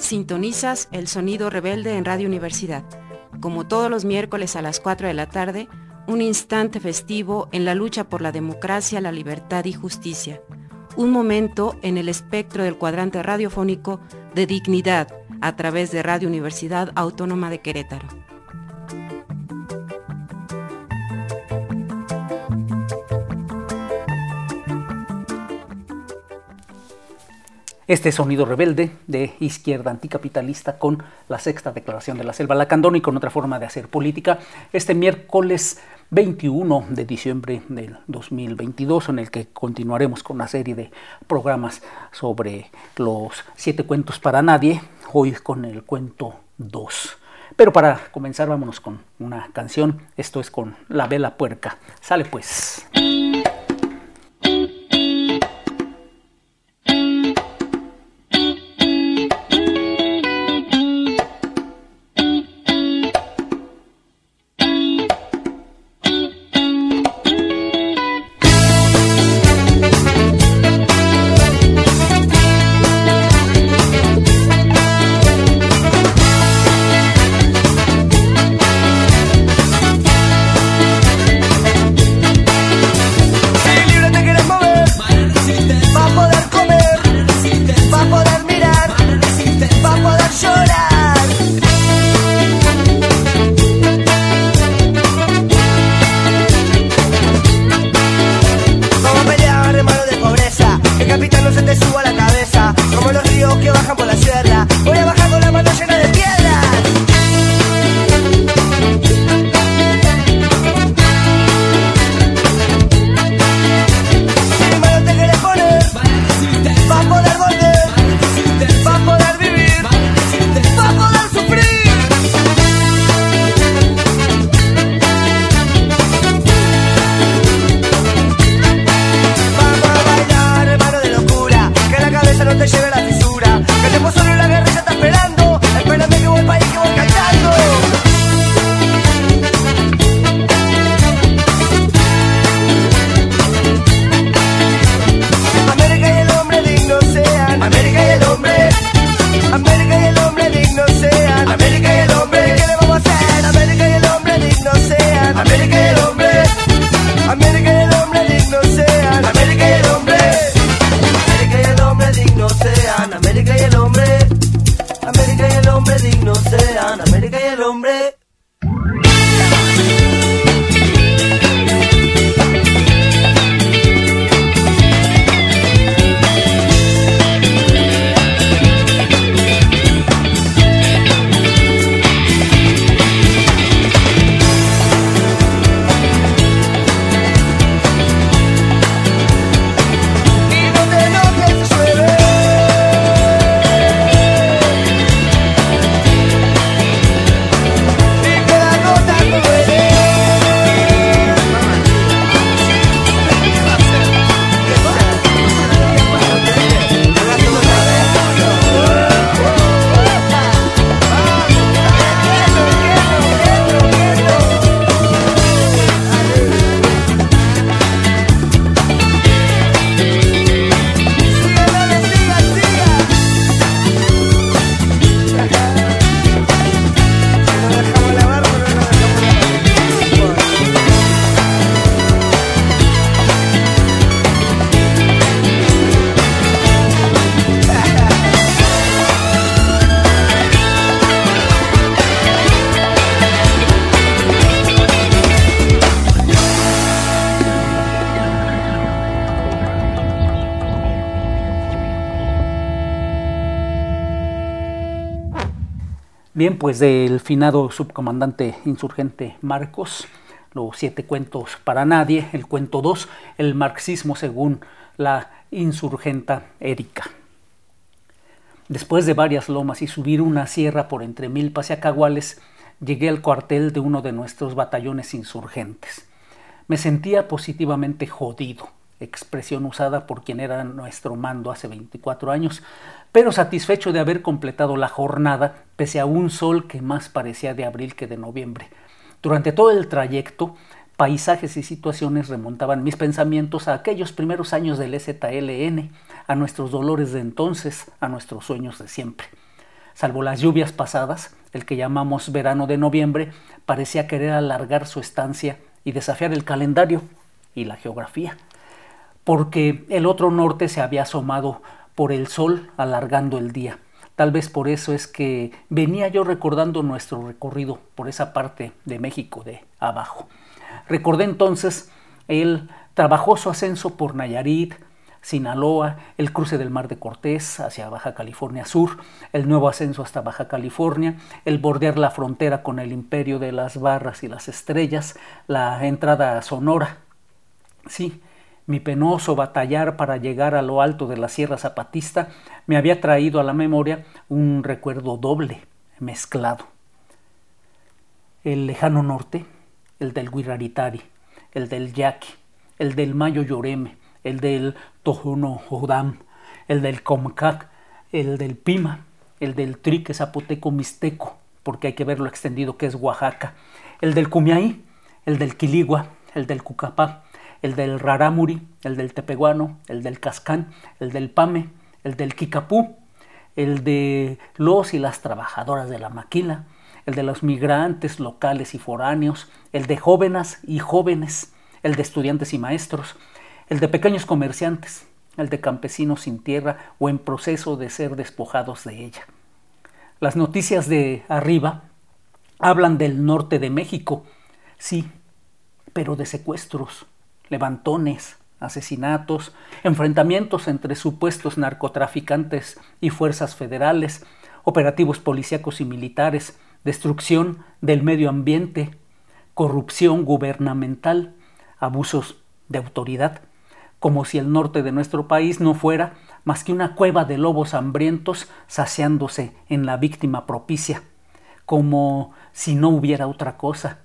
Sintonizas El Sonido Rebelde en Radio Universidad. Como todos los miércoles a las 4 de la tarde, un instante festivo en la lucha por la democracia, la libertad y justicia. Un momento en el espectro del cuadrante radiofónico de dignidad a través de Radio Universidad Autónoma de Querétaro. Este Sonido Rebelde de izquierda anticapitalista con la sexta declaración de la Selva Lacandón y con otra forma de hacer política, este miércoles 21 de diciembre del 2022, en el que continuaremos con una serie de programas sobre los 7 cuentos para nadie, hoy con el cuento 2. Pero para comenzar vámonos con una canción, esto es con La Vela Puerca. Sale pues. Bien, pues del finado subcomandante insurgente Marcos, los 7 cuentos para nadie, el cuento 2, el marxismo según la insurgenta Erika. Después de varias lomas y subir una sierra por entre Milpas y Acaguales, llegué al cuartel de uno de nuestros batallones insurgentes. Me sentía positivamente jodido, expresión usada por quien era nuestro mando hace 24 años, pero satisfecho de haber completado la jornada, pese a un sol que más parecía de abril que de noviembre. Durante todo el trayecto, paisajes y situaciones remontaban mis pensamientos a aquellos primeros años del EZLN, a nuestros dolores de entonces, a nuestros sueños de siempre. Salvo las lluvias pasadas, el que llamamos verano de noviembre parecía querer alargar su estancia y desafiar el calendario y la geografía, porque el otro norte se había asomado por el sol alargando el día. Tal vez por eso es que venía yo recordando nuestro recorrido por esa parte de México de abajo. Recordé entonces el trabajoso ascenso por Nayarit, Sinaloa, el cruce del Mar de Cortés hacia Baja California Sur, el nuevo ascenso hasta Baja California, el bordear la frontera con el imperio de las barras y las estrellas, la entrada a Sonora. Sí, mi penoso batallar para llegar a lo alto de la Sierra Zapatista me había traído a la memoria un recuerdo doble, mezclado. El lejano norte, el del Huiraritari, el del Yaqui, el del Mayo Lloreme, el del Tojono Jodam, el del Comcac, el del Pima, el del Trique Zapoteco Mixteco, porque hay que ver lo extendido que es Oaxaca, el del Cumiaí, el del Quiligua, el del Cucapá, el del Rarámuri, el del Tepehuano, el del Cascán, el del Pame, el del Kikapú, el de los y las trabajadoras de la maquila, el de los migrantes locales y foráneos, el de jóvenes y jóvenes, el de estudiantes y maestros, el de pequeños comerciantes, el de campesinos sin tierra o en proceso de ser despojados de ella. Las noticias de arriba hablan del norte de México, sí, pero de secuestros, levantones, asesinatos, enfrentamientos entre supuestos narcotraficantes y fuerzas federales, operativos policíacos y militares, destrucción del medio ambiente, corrupción gubernamental, abusos de autoridad, como si el norte de nuestro país no fuera más que una cueva de lobos hambrientos saciándose en la víctima propicia, como si no hubiera otra cosa.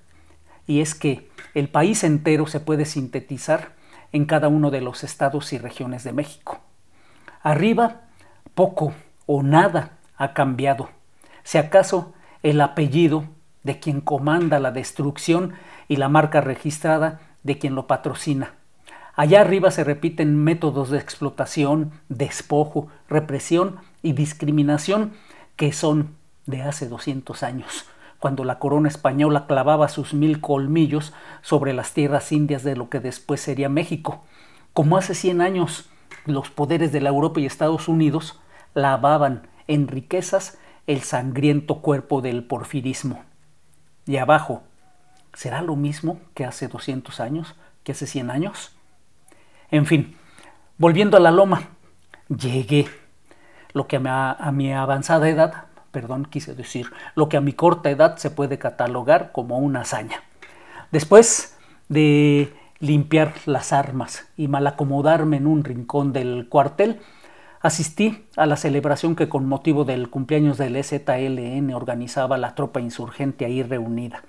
Y es que el país entero se puede sintetizar en cada uno de los estados y regiones de México. Arriba, poco o nada ha cambiado. Si acaso el apellido de quien comanda la destrucción y la marca registrada de quien lo patrocina. Allá arriba se repiten métodos de explotación, despojo, represión y discriminación que son de hace 200 años, cuando la corona española clavaba sus 1000 colmillos sobre las tierras indias de lo que después sería México. Como hace 100 años, los poderes de la Europa y Estados Unidos lavaban en riquezas el sangriento cuerpo del porfirismo. Y abajo, ¿será lo mismo que hace 200 años, que hace 100 años? En fin, volviendo a la loma, llegué. Lo que a mi avanzada edad, lo que a mi corta edad se puede catalogar como una hazaña. Después de limpiar las armas y malacomodarme en un rincón del cuartel, asistí a la celebración que con motivo del cumpleaños del EZLN organizaba la tropa insurgente ahí reunida.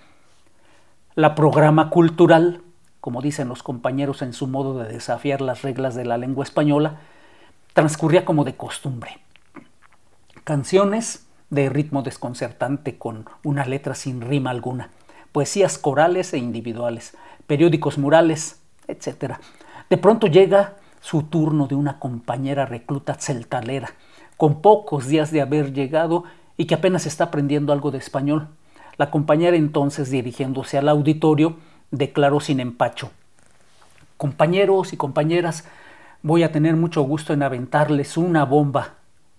La programa cultural, como dicen los compañeros en su modo de desafiar las reglas de la lengua española, transcurría como de costumbre. Canciones de ritmo desconcertante con una letra sin rima alguna, poesías corales e individuales, periódicos murales, etc. De pronto llega su turno de una compañera recluta celtalera, con pocos días de haber llegado y que apenas está aprendiendo algo de español. La compañera entonces, dirigiéndose al auditorio, declaró sin empacho: compañeros y compañeras, voy a tener mucho gusto en aventarles una bomba.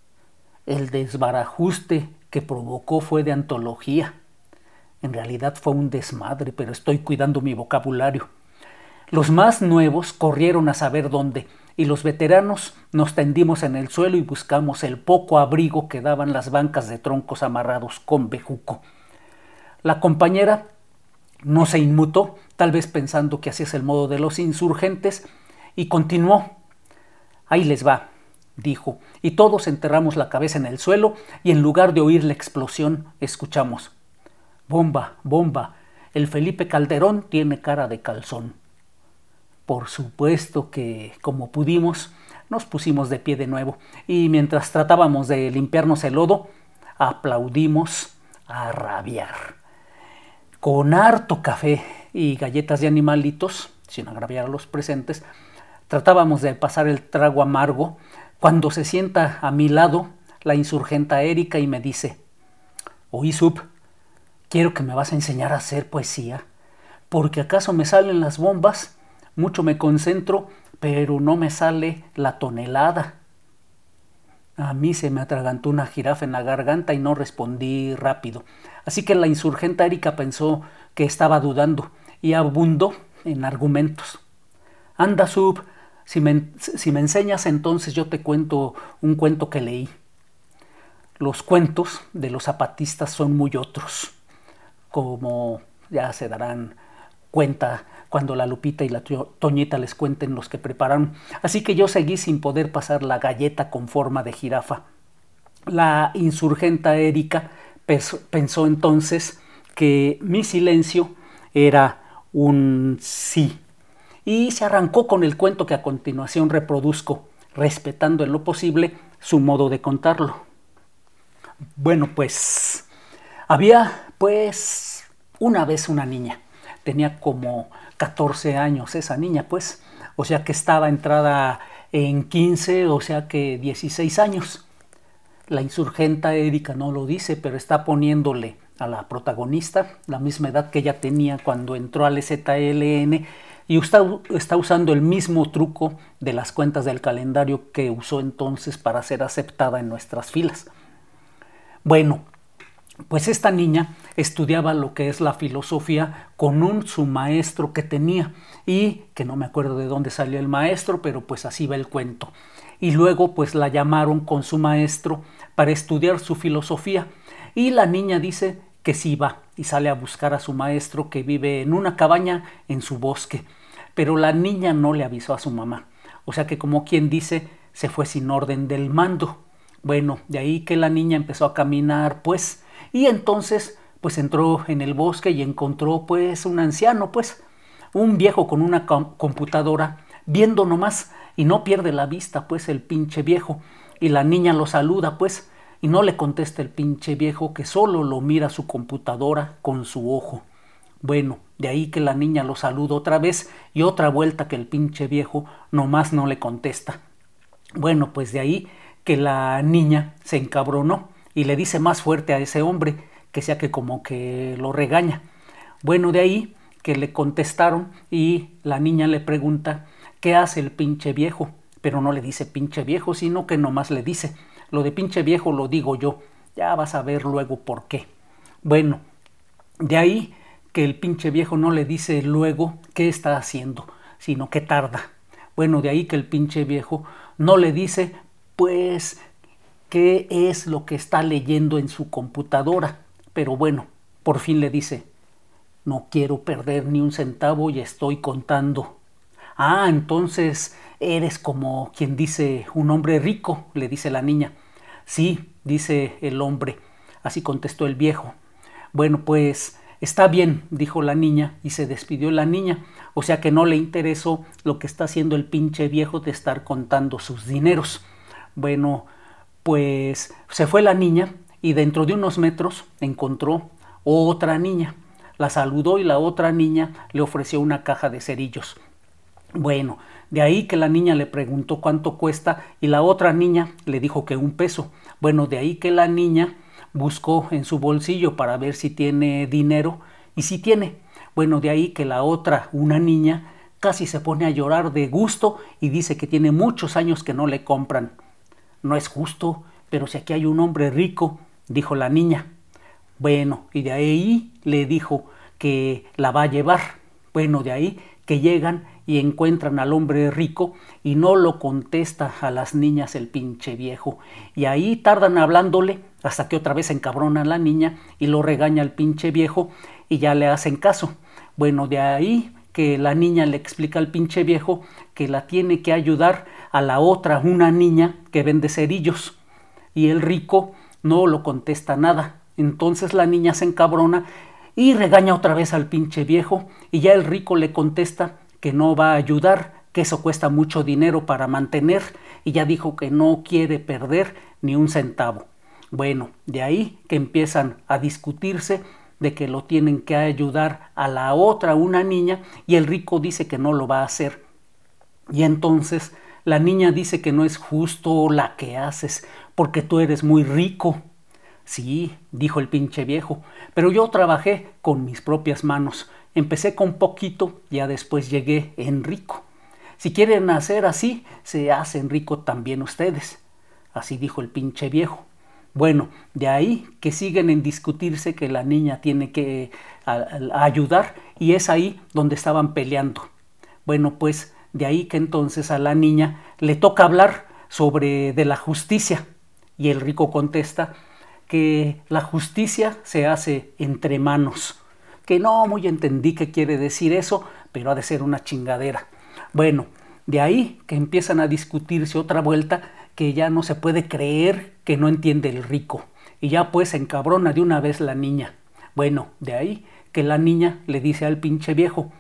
El desbarajuste que provocó fue de antología. En realidad fue un desmadre, pero estoy cuidando mi vocabulario. Los más nuevos corrieron a saber dónde, y los veteranos nos tendimos en el suelo y buscamos el poco abrigo que daban las bancas de troncos amarrados con bejuco. La compañera no se inmutó, tal vez pensando que así es el modo de los insurgentes, y continuó. Ahí les va, dijo, y todos enterramos la cabeza en el suelo y en lugar de oír la explosión, escuchamos: bomba, bomba, el Felipe Calderón tiene cara de calzón. Por supuesto que, como pudimos, nos pusimos de pie de nuevo y mientras tratábamos de limpiarnos el lodo, aplaudimos a rabiar. Con harto café y galletas de animalitos, sin agraviar a los presentes, tratábamos de pasar el trago amargo cuando se sienta a mi lado la insurgenta Erika y me dice: oí, Sub, quiero que me vas a enseñar a hacer poesía, porque acaso me salen las bombas, mucho me concentro, pero no me sale la tonelada. A mí se me atragantó una jirafa en la garganta y no respondí rápido. Así que la insurgenta Erika pensó que estaba dudando y abundó en argumentos. Anda, Sub, si me enseñas, entonces yo te cuento un cuento que leí. Los cuentos de los zapatistas son muy otros, como ya se darán cuenta cuando la Lupita y la Toñita les cuenten los que prepararon. Así que yo seguí sin poder pasar la galleta con forma de jirafa. La insurgenta Erika pensó entonces que mi silencio era un sí, y se arrancó con el cuento que a continuación reproduzco, respetando en lo posible su modo de contarlo. Bueno, pues había una vez una niña. Tenía como 14 años esa niña, pues. O sea que estaba entrada en 15, o sea que 16 años. La insurgenta Erika no lo dice, pero está poniéndole a la protagonista la misma edad que ella tenía cuando entró al ZLN, y está usando el mismo truco de las cuentas del calendario que usó entonces para ser aceptada en nuestras filas. Bueno, pues esta niña estudiaba lo que es la filosofía con su maestro que tenía, y que no me acuerdo de dónde salió el maestro, pero pues así va el cuento. Y luego pues la llamaron con su maestro para estudiar su filosofía, y la niña dice que sí va y sale a buscar a su maestro, que vive en una cabaña en su bosque, pero la niña no le avisó a su mamá, o sea que, como quien dice, se fue sin orden del mando. Bueno, de ahí que la niña empezó a caminar, pues, y entonces pues entró en el bosque y encontró pues un anciano, pues un viejo con una computadora viendo nomás, y no pierde la vista pues el pinche viejo, y la niña lo saluda pues, y no le contesta el pinche viejo, que solo lo mira su computadora con su ojo. Bueno, de ahí que la niña lo saluda otra vez, y otra vuelta que el pinche viejo nomás no le contesta. Bueno, pues de ahí que la niña se encabronó y le dice más fuerte a ese hombre, que sea que como que lo regaña. Bueno, de ahí que le contestaron y la niña le pregunta qué hace el pinche viejo, pero no le dice pinche viejo, sino que nomás le dice: lo de pinche viejo lo digo yo, ya vas a ver luego por qué. Bueno, de ahí que el pinche viejo no le dice luego qué está haciendo, sino que tarda. Bueno, de ahí que el pinche viejo no le dice pues qué es lo que está leyendo en su computadora, pero bueno, por fin le dice: no quiero perder ni un centavo y estoy contando. Ah, entonces eres como quien dice un hombre rico, le dice la niña. Sí, dice el hombre, así contestó el viejo. Bueno, pues está bien, dijo la niña, y se despidió la niña, o sea que no le interesó lo que está haciendo el pinche viejo de estar contando sus dineros. Bueno, pues se fue la niña y dentro de unos metros encontró otra niña. La saludó y la otra niña le ofreció una caja de cerillos. Bueno, de ahí que la niña le preguntó cuánto cuesta y la otra niña le dijo que 1 peso. Bueno, de ahí que la niña buscó en su bolsillo para ver si tiene dinero, y sí tiene. Bueno, de ahí que la otra, una niña, casi se pone a llorar de gusto y dice que tiene muchos años que no le compran. No es justo, pero si aquí hay un hombre rico, dijo la niña. Bueno, y de ahí le dijo que la va a llevar. Bueno, de ahí que llegan y encuentran al hombre rico y no lo contesta a las niñas el pinche viejo. Y ahí tardan hablándole hasta que otra vez se encabrona la niña y lo regaña el pinche viejo y ya le hacen caso. Bueno, de ahí que la niña le explica al pinche viejo que la tiene que ayudar a la otra, una niña que vende cerillos, y el rico no lo contesta nada. Entonces la niña se encabrona y regaña otra vez al pinche viejo, y ya el rico le contesta que no va a ayudar, que eso cuesta mucho dinero para mantener, y ya dijo que no quiere perder ni un centavo. Bueno, de ahí que empiezan a discutirse de que lo tienen que ayudar a la otra, una niña, y el rico dice que no lo va a hacer. Y entonces la niña dice que no es justo la que haces, porque tú eres muy rico. Sí, dijo el pinche viejo, pero yo trabajé con mis propias manos. Empecé con poquito, ya después llegué en rico. Si quieren hacer así, se hacen rico también ustedes. Así dijo el pinche viejo. Bueno, de ahí que siguen en discutirse que la niña tiene que ayudar, y es ahí donde estaban peleando. Bueno, pues de ahí que entonces a la niña le toca hablar de la justicia, y el rico contesta que la justicia se hace entre manos. Que no muy entendí qué quiere decir eso, pero ha de ser una chingadera. Bueno, de ahí que empiezan a discutirse otra vuelta, que ya no se puede creer que no entiende el rico, y ya pues se encabrona de una vez la niña. Bueno, de ahí que la niña le dice al pinche viejo: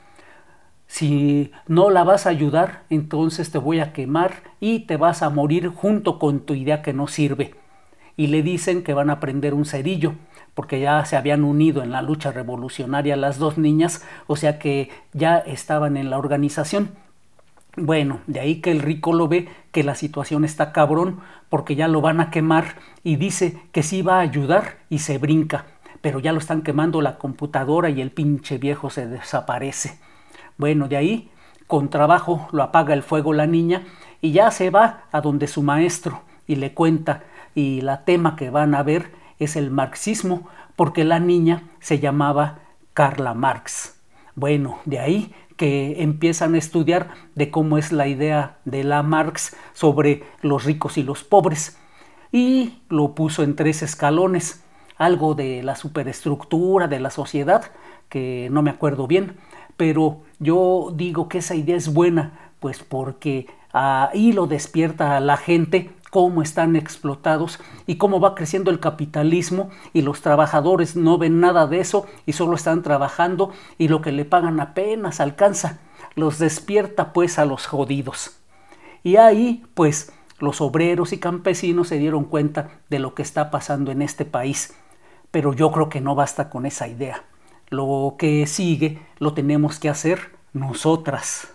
si no la vas a ayudar, entonces te voy a quemar y te vas a morir junto con tu idea que no sirve. Y le dicen que van a prender un cerillo, porque ya se habían unido en la lucha revolucionaria las dos niñas, o sea que ya estaban en la organización. Bueno, de ahí que el rico lo ve que la situación está cabrón, porque ya lo van a quemar, y dice que sí va a ayudar y se brinca, pero ya lo están quemando la computadora y el pinche viejo se desaparece. Bueno, de ahí con trabajo lo apaga el fuego la niña y ya se va a donde su maestro y le cuenta, y la tema que van a ver es el marxismo, porque la niña se llamaba Carla Marx. Bueno, de ahí que empiezan a estudiar de cómo es la idea de la Marx sobre los ricos y los pobres, y lo puso en 3 escalones, algo de la superestructura de la sociedad, que no me acuerdo bien, pero yo digo que esa idea es buena, pues porque ahí lo despierta a la gente cómo están explotados y cómo va creciendo el capitalismo, y los trabajadores no ven nada de eso y solo están trabajando y lo que le pagan apenas alcanza. Los despierta pues a los jodidos. Y ahí pues los obreros y campesinos se dieron cuenta de lo que está pasando en este país. Pero yo creo que no basta con esa idea. Lo que sigue lo tenemos que hacer nosotras.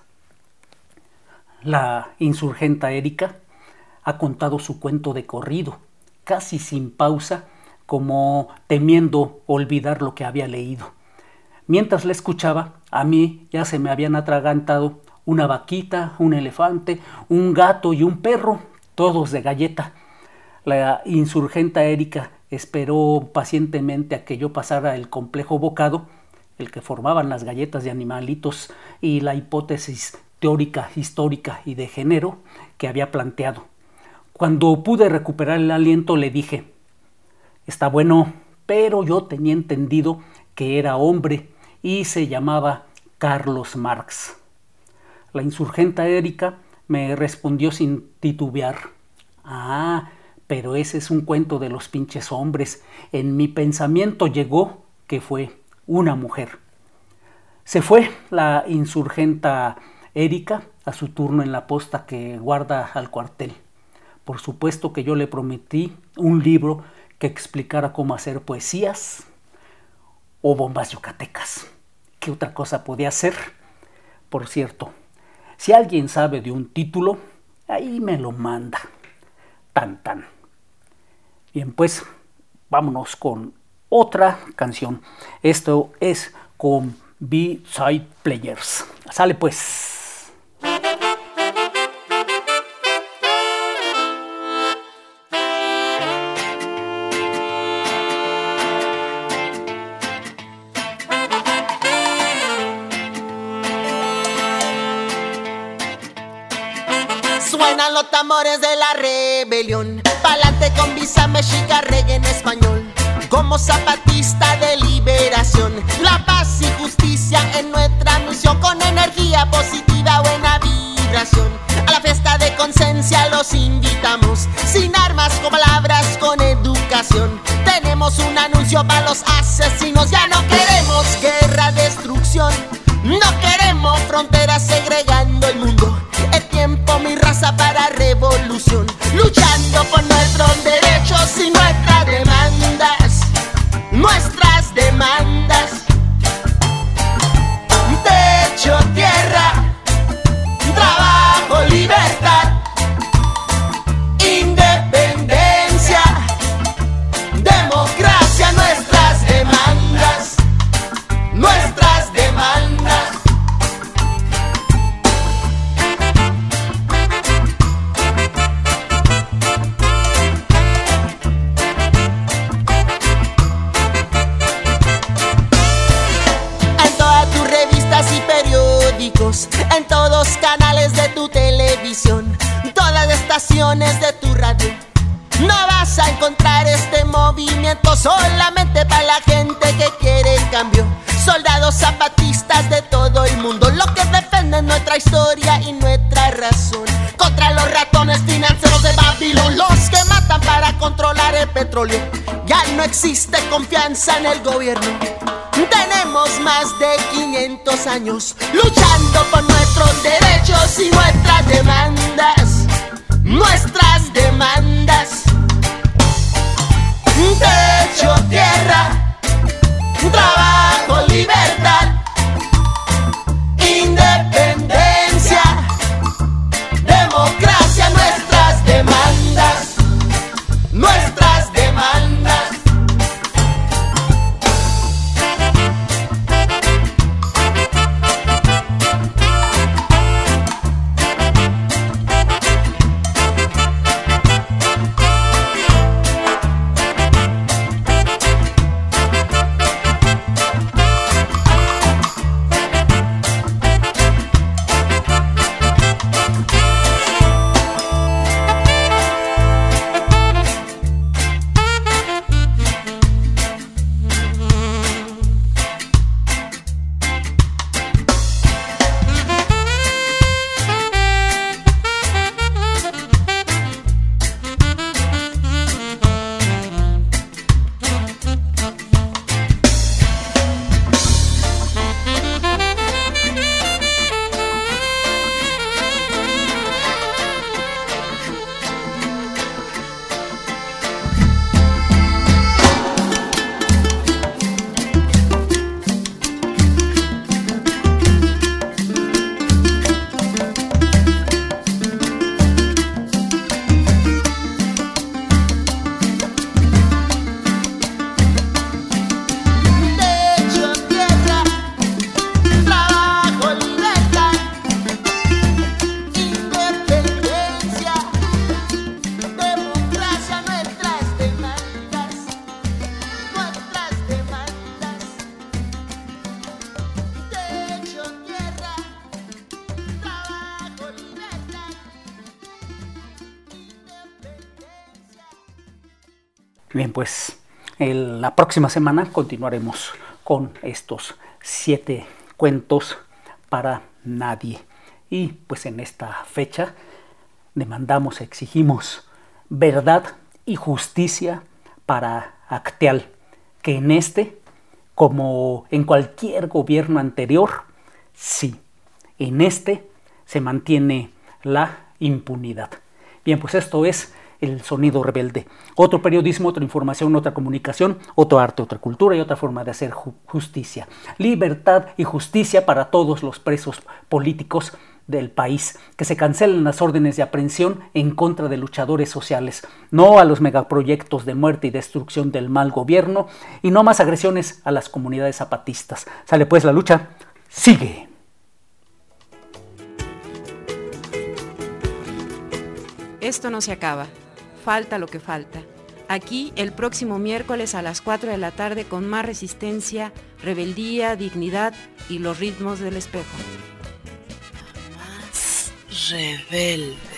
La insurgenta Erika ha contado su cuento de corrido, casi sin pausa, como temiendo olvidar lo que había leído. Mientras la escuchaba, a mí ya se me habían atragantado una vaquita, un elefante, un gato y un perro, todos de galleta. La insurgenta Erika esperó pacientemente a que yo pasara el complejo bocado, el que formaban las galletas de animalitos y la hipótesis teórica, histórica y de género que había planteado. Cuando pude recuperar el aliento le dije: está bueno, pero yo tenía entendido que era hombre y se llamaba Carlos Marx. La insurgenta Erika me respondió sin titubear: ah, pero ese es un cuento de los pinches hombres. En mi pensamiento llegó que fue una mujer. Se fue la insurgenta Erika a su turno en la posta que guarda al cuartel. Por supuesto que yo le prometí un libro que explicara cómo hacer poesías o bombas yucatecas. ¿Qué otra cosa podía hacer? Por cierto, si alguien sabe de un título, ahí me lo manda. Tan tan. Bien, pues vámonos con otra canción. Esto es con B-Side Players. Sale pues. Suenan los tambores de la rebelión, pa'lante con visa mexica, reggae en español. Como zapatista de liberación, la paz y justicia en nuestra misión. Con energía positiva, buena vibración, a la fiesta de conciencia los invitamos. Sin armas, con palabras, con educación. Tenemos un anuncio para los asesinos. Ya no queremos guerra, destrucción. No queremos fronteras segregando el mundo. Es tiempo, mi raza, para revolución. Luchando por nuestros derechos y nuestras demandas. Nuestras demandas. Techo, tierra, trabajo, libertad, independencia. estaciones de tu radio no vas a encontrar este movimiento solamente para la gente que quiere cambio. Soldados zapatistas de todo el mundo, lo que defienden nuestra historia y nuestra razón. Contra los ratones financieros de Babilón, los que matan para controlar el petróleo. Ya no existe confianza en el gobierno. Tenemos más de 500 años luchando por nuestros derechos y nuestras demandas. Nuestras demandas. Techo, tierra, trabajo, libertad, independencia, democracia, nuestras demandas, nuestras demandas. Bien, pues la próxima semana continuaremos con estos 7 cuentos para nadie. Y pues en esta fecha demandamos, exigimos verdad y justicia para Acteal, que en este, como en cualquier gobierno anterior, sí, en este se mantiene la impunidad. Bien, pues esto es El Sonido Rebelde. Otro periodismo, otra información, otra comunicación, otro arte, otra cultura y otra forma de hacer justicia. Libertad y justicia para todos los presos políticos del país. Que se cancelen las órdenes de aprehensión en contra de luchadores sociales. No a los megaproyectos de muerte y destrucción del mal gobierno. Y no más agresiones a las comunidades zapatistas. Sale pues, la lucha sigue. Esto no se acaba. Falta lo que falta. Aquí el próximo miércoles a las 4 de la tarde con más resistencia, rebeldía, dignidad y los ritmos del espejo. Más rebelde.